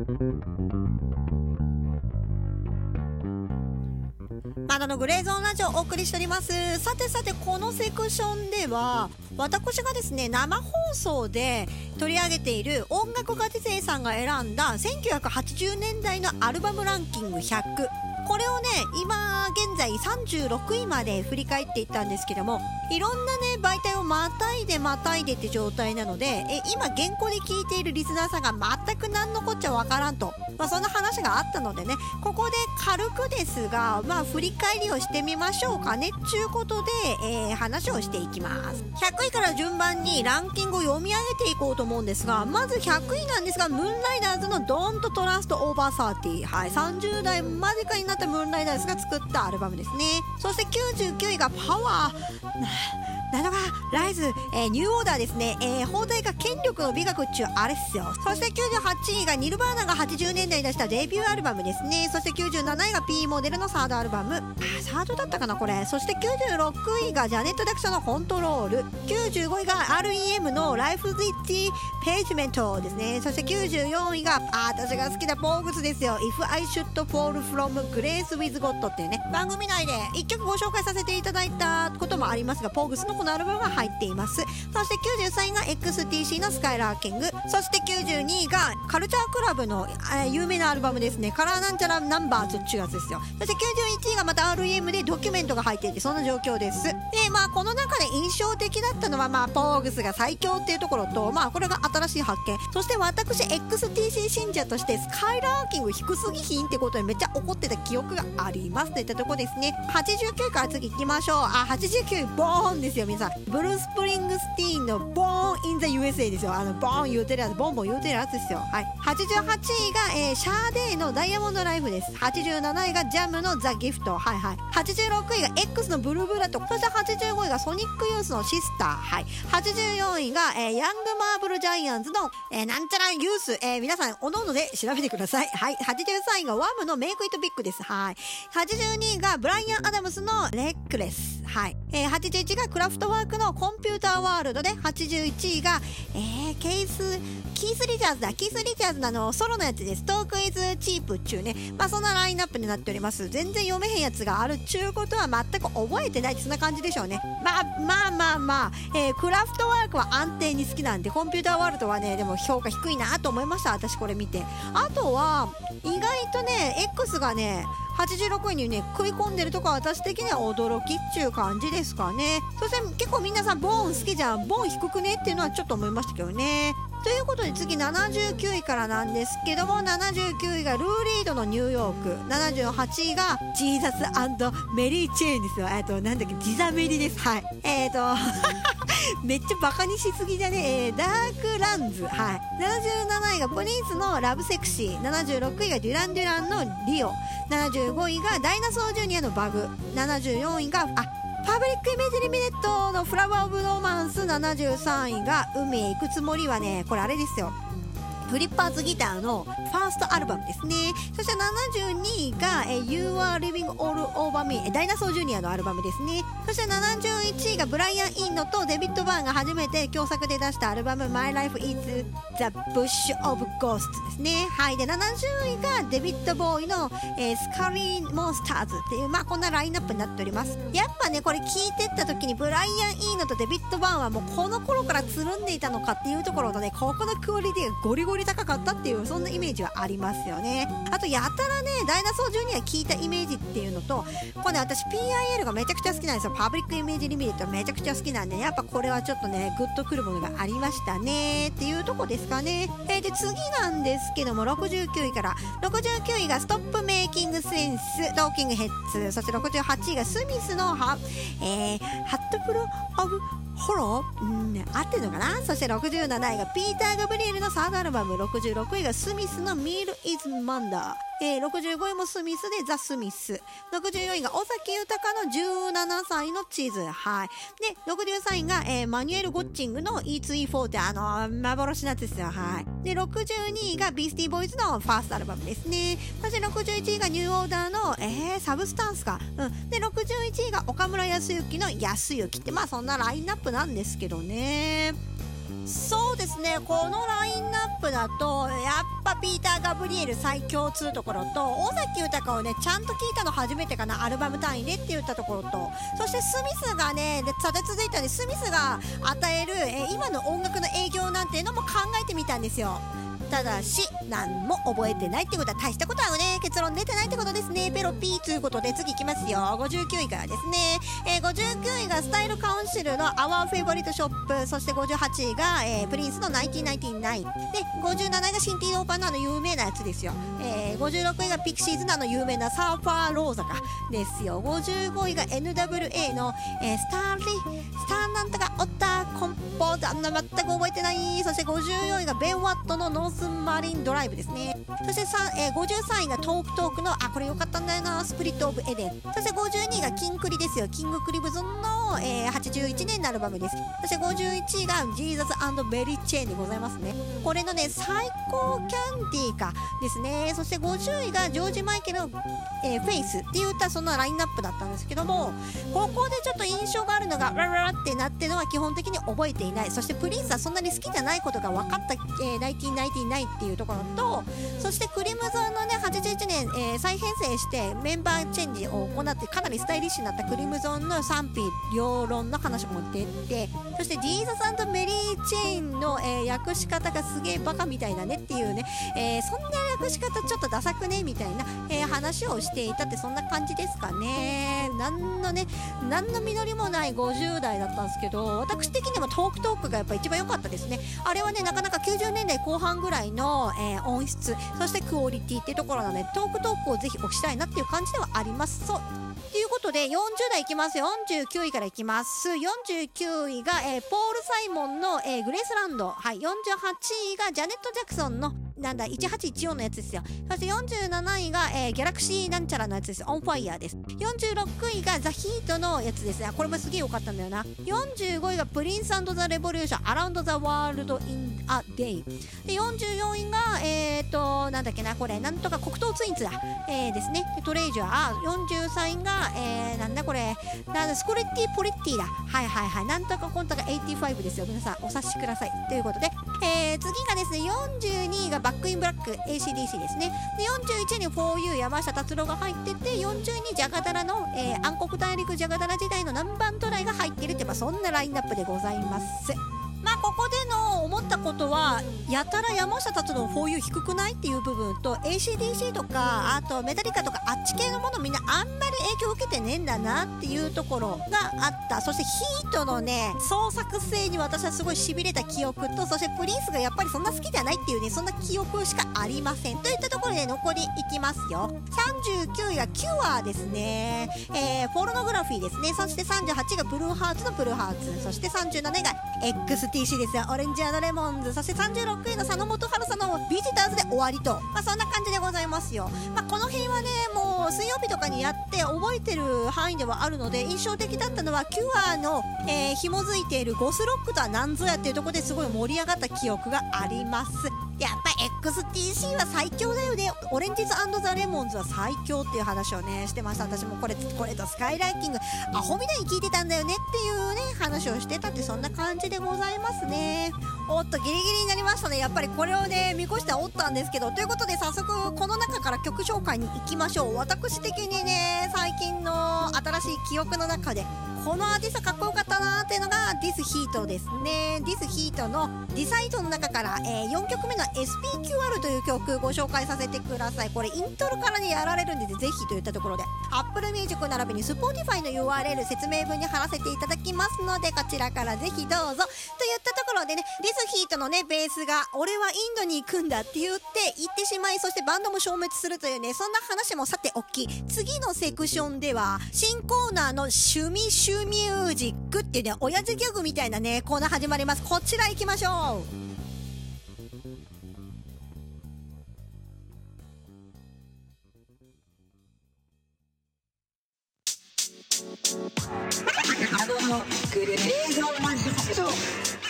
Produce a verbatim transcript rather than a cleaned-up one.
まだのグレーゾーンラジオをお送りしております。さてさて、このセクションでは私がですね、生放送で取り上げている音楽ガチ勢さんが選んだせんきゅうひゃくはちじゅうねんだいのアルバムランキングひゃく、これをね、今現在さんじゅうろくいまで振り返っていったんですけども、いろんなね媒体をまたいでまたいでって状態なので、え今現行で聞いているリスナーさんが全く何のこっちゃわからんと、まあ、そんな話があったのでね、ここで軽くですが、まあ振り返りをしてみましょうかねっちゅうことで、えー、話をしていきます。ひゃくいから順番にランキングを読み上げていこうと思うんですが、まずひゃくいなんですが、ムーンライダーズの Don't Trust Over サーティー、はい、さんじゅうだい間近になったムーンライダーズが作ったアルバムですね。そしてきゅうじゅうきゅういがパワーなんとかライズ、えー、ニューオーダーですね、えー、放題が権力の美学っちゅうあれっすよ。そしてきゅうじゅうはちいがニルバーナがはちじゅうねんだいに出したデビューアルバムですね。そしてきゅうじゅうなないが P モデルのサードアルバム、あサードだったかなこれ。そしてきゅうじゅうろくいがジャネット・ダクションのコントロール、きゅうじゅうごいが アールイーエム のライフ・ズ・イッチ・ページメントですね。そしてきゅうじゅうよんいがあ私が好きなポーグスですよ、 If I Should Fall From Grace With God っていうね、番組内でいっきょくご紹介させていただいたこともありますが、ポーグスのこのアルバムが入っています。そしてきゅうじゅうさんいが エックスティーシー のスカイラーキング、そしてきゅうじゅうにいがカルチャークラブの、えー、有名なアルバムですね、カラーなんちゃらナンバーズっていうやつですよ。そしてきゅうじゅういちいがまた アールイーエム でドキュメントが入っていて、そんな状況です。でまあこの中で印象的だったのは、まあポーグスが最強っていうところと、まあこれが新しい発見。そして私 エックスティーシー 信者としてスカイラーキング低すぎひんってことでめっちゃ怒ってた記憶がありますといったところですね。はちじゅうきゅういから次行きましょう。あはちじゅうきゅういボーンですよ皆さん。ブルース・プリングスティーンのボーン・イン・ザ・ユーエスエー ですよ。あのボーン言うてるやつ、ボンボン言うてるやつですよ。はい。はちじゅうはちいが、えー、シャーデーのダイヤモンドライフです。はちじゅうなないがジャムのザ・ギフト、はいはい。はちじゅうろくいが X のブルーブラッド、そしてはちじゅうごいがソニックユースのシスター、はい。はちじゅうよんいが、えー、ヤングマーブルジャイアンツの、えー、なんちゃらユース、えー、皆さんおのおので調べてください。はい。はちじゅうさんいがワムのメイクイットビッグです。はい。はちじゅうにいがブライアン・アダムスのレックレス、はい。えー、はちじゅういちいがクラフトワークのコンピューターワールドで、はちじゅういちいが、えー、ケースキース・リチャーズだキース・リチャーズのあのソロのやつです。トークイズ・チープっちゅうね、まあそんなラインナップになっております。全然読めへんやつがあるっちゅうことは全く覚えてないって、そんな感じでしょうね。まあまあまあまあ、えー、クラフトワークは安定に好きなんで、コンピューターワールドはねでも評価低いなと思いました、私これ見て。あとは意外とね X がねはちじゅうろくいにね食い込んでるとこは私的には驚きっちゅう感じですかね。そして結構皆さんボーン好きじゃん、ボーン低くねっていうのはちょっと思いましたけどね。ということで次ななじゅうきゅういからなんですけども、ななじゅうきゅういがルー・リードのニューヨーク、ななじゅうはちいがジーザス&メリー・チェーンですよ。えっとなんだっけ、ジザメリです。はい。えっとめっちゃバカにしすぎだね。えー、ダークランズ、はい。ななじゅうなないがプリンスのラブセクシー、ななじゅうろくいがデュラン・デュランのリオ、ななじゅうごいがダイナソージュニアのバグ、ななじゅうよんいがあパブリックイメージリミネットのフラワーオブロマンス、ななじゅうさんいが海へ行くつもりはね、これあれですよ、フリッパーズギターのファーストアルバムですね。そしてななじゅうにいが You Are Living All Over Me、 ダイナソージュニアのアルバムですね。そしてななじゅういちいがブライアン・インノとデビッド・バーンが初めて共作で出したアルバム My Life is the Bush of Ghosts ですね。はい。でななじゅういがデビッド・ボーイの、えー、スカリー・モンスターズっていう、まあこんなラインナップになっております。やっぱねこれ聞いてった時にブライアン・インノとデビッド・バーンはもうこの頃からつるんでいたのかっていうところとね、ここのクオリティがゴリゴリ高かったっていう、そんなイメージはありますよね。あとやたらねダイナソージュニア聞いたイメージっていうのと、これね私 ピーアイエル がめちゃくちゃ好きなんですよ。パブリックイメージリミネットめちゃくちゃ好きなんで、ね、やっぱこれはちょっとねグッとくるものがありましたねっていうとこですかね。えー、で次なんですけどもろくじゅうきゅういからろくじゅうきゅういがストップメイキングセンストーキングヘッズ、そしてろくじゅうはちいがスミスのハ、えー、ハットプロオブホロー、うん、合ってるのかな。そしてろくじゅうなないがピーター・ガブリエルのサードアルバム、ろくじゅうろくいがスミスのミール・イズ・マンダー、えー、ろくじゅうごいもスミスでザ・スミス、ろくじゅうよんいが尾崎豊のじゅうななさいのチーズ、はい。でろくじゅうさんいが、えー、マニュエル・ゴッチングの イーツーイーフォー ってあのー、幻のやつですよ。はい。でろくじゅうにいがビースティーボーイズのファーストアルバムですね。そしてろくじゅういちいがニューオーダーの、えー、サブスタンスか、うん。でろくじゅういちいが岡村康之の康之って、まあそんなラインナップなんですけどね。 そうですね、このラインナップだとやっぱピーター・ガブリエル最強っつうところと、尾崎豊をねちゃんと聞いたの初めてかな、アルバム単位でって言ったところと、そしてスミスがねで立て続いたんで、スミスが与える、えー今の音楽の営業なんていうのも考えてみたんですよ。ただし何も覚えてないってことは大したことはね結論出てないってことですね。ペロピーということで次いきますよ。ごじゅうきゅういからですね、えー、ごじゅうきゅういがスタイルカウンシルの Our Favorite Shop、 そしてごじゅうはちいが、えー、プリンスのナインティナインティナインで、ごじゅうなないがシンティ・ローパーのあの有名なやつですよ。えー、ごじゅうろくいがピクシーズのあの有名なサーファーローザかですよ。ごじゅうごいが エヌダブリューエー の、えー、スターリスターなんとかオッターコンポーあんな全く覚えてない。そしてごじゅうよんいがベン・ワットのノースマリンドライブですね。そしてさん、えー、ごじゅうさんいがトークトークのあこれ良かったんだよな、スプリットオブエデン。そしてごじゅうにいがキンクリですよ。キングクリブゾンの、えー、はちじゅういちねんのアルバムです。そしてごじゅういちいがジーザス&メリーチェーンでございますね。これのね最高キャンディーかですね。そしてごじゅういがジョージ・マイケルの、えー、フェイスって言ったそんなラインナップだったんですけども、ここでちょっと印象があるのがラララってなってるのは基本的に覚えていない。そしてプリンスはそんなに好きじゃないことが分かった、えー、ナインティナインティナインっていうところと、そしてクリムゾンのねはちじゅういちねん、えー、再編成してメンバーチェンジを行ってかなりスタイリッシュになったクリムゾンの賛否両論の話も出て、そしてジーザス&メリーチェーンの、えー、訳し方がすげえバカみたいだねっていうね、えー、そんな訳し方ちょっとダサくねみたいな、えー、話をしていたってそんな感じですかね。なんのね何の実りもないごじゅうだいだったんですけど、私的にもトークトークがやっぱ一番良かったですね。あれはねなかなかきゅうじゅうねんだいこう半ぐらいの、えー、音質そしてクオリティっていうところなので、トークトークをぜひ推したいなっていう感じではあります。そうということでよんじゅうだいいきます。よんじゅうきゅういからいきます。よんじゅうきゅういが、えー、ポール・サイモンの、えー、グレースランド、はい、よんじゅうはちいがジャネット・ジャクソンのなんだいちはちいちよんのやつですよ。そしてよんじゅうなないが、えー、ギャラクシーなんちゃらのやつです。オンファイヤーです。よんじゅうろくいがザ・ヒートのやつですね。これもすげえ良かったんだよな。よんじゅうごいがプリンス&ザ・レボリューションアラウンド・ザ・ワールド・イン・ア・デイで、よんじゅうよんいがえーとなんだっけなこれなんとか黒糖ツインズだ、えー、ですね。でトレジャーよんじゅうさんいが、えー、なんだこれなんだスコレッティ・ポリッティだ。はいはいはいなんとかコンタがはちじゅうごですよ。皆さんお察しくださいということで、えー、次がですねよんじゅうにいがバックインブラック エーシーディーシー ですね。でよんじゅういちに フォーユー 山下達郎が入ってて、よんじゅうにジャガダラの、えー、暗黒大陸ジャガダラ時代の南蛮トライが入ってるって、まあ、そんなラインナップでございます。まあここでの思ったことはやたら山下達郎 フォーユー 低くないっていう部分と エーシーディーシー とかあとメタリカとかあっち系のものみんなあんまり影響を受けてねえんだなっていうところがあった。そしてヒートのね創作性に私はすごいしびれた記憶と、そしてプリンスがやっぱりそんな好きじゃないっていうねそんな記憶しかありませんといったところで残りいきますよ。さんじゅうきゅういがキュアですね、えー、ポルノグラフィーですね。そしてさんじゅうはちいがブルーハーツのブルーハーツ、そしてさんじゅうなないが エックスティーシー ですよ。オレンジ&レモンズ。そしてさんじゅうろくいの佐野元春さんのビジターズで終わりと、まあ、そんな感じでございますよ。まあ、この辺はねもう水曜日とかにやって覚えてる範囲ではあるので、印象的だったのはキュアの、えー、紐づいているゴスロックとは何ぞやっていうところですごい盛り上がった記憶があります。やっぱ エックスティーシー は最強だよね。オレンジズ&ザ・レモンズは最強っていう話をねしてました。私もこれこれとスカイライキングアホみたいに聞いてたんだよねっていうね話をしてたって、そんな感じでございますね。おっとギリギリになりましたね。やっぱりこれをね見越しておったんですけど、ということで早速この中から曲紹介に行きましょう。私的にね最近の新しい記憶の中でこのアーティストかっこよかったなーっていうのがディスヒートですね。ディスヒートのディサイドの中から、えー、よんきょくめの エスピーキューアール という曲ご紹介させてください。これイントロからにやられるんでぜひといったところで Apple Music 並びに Spotify の ユーアールエル 説明文に貼らせていただきますので、こちらからぜひどうぞといったところでね、ディスヒートのねベースが俺はインドに行くんだって言って行ってしまい、そしてバンドも消滅するというねそんな話もさておき、次のセクションでは新コーナーの趣味趣ミュージックっていうね親父ギャグみたいなねコーナー始まります。こちら行きましょう。 あのグレーゾーンマジック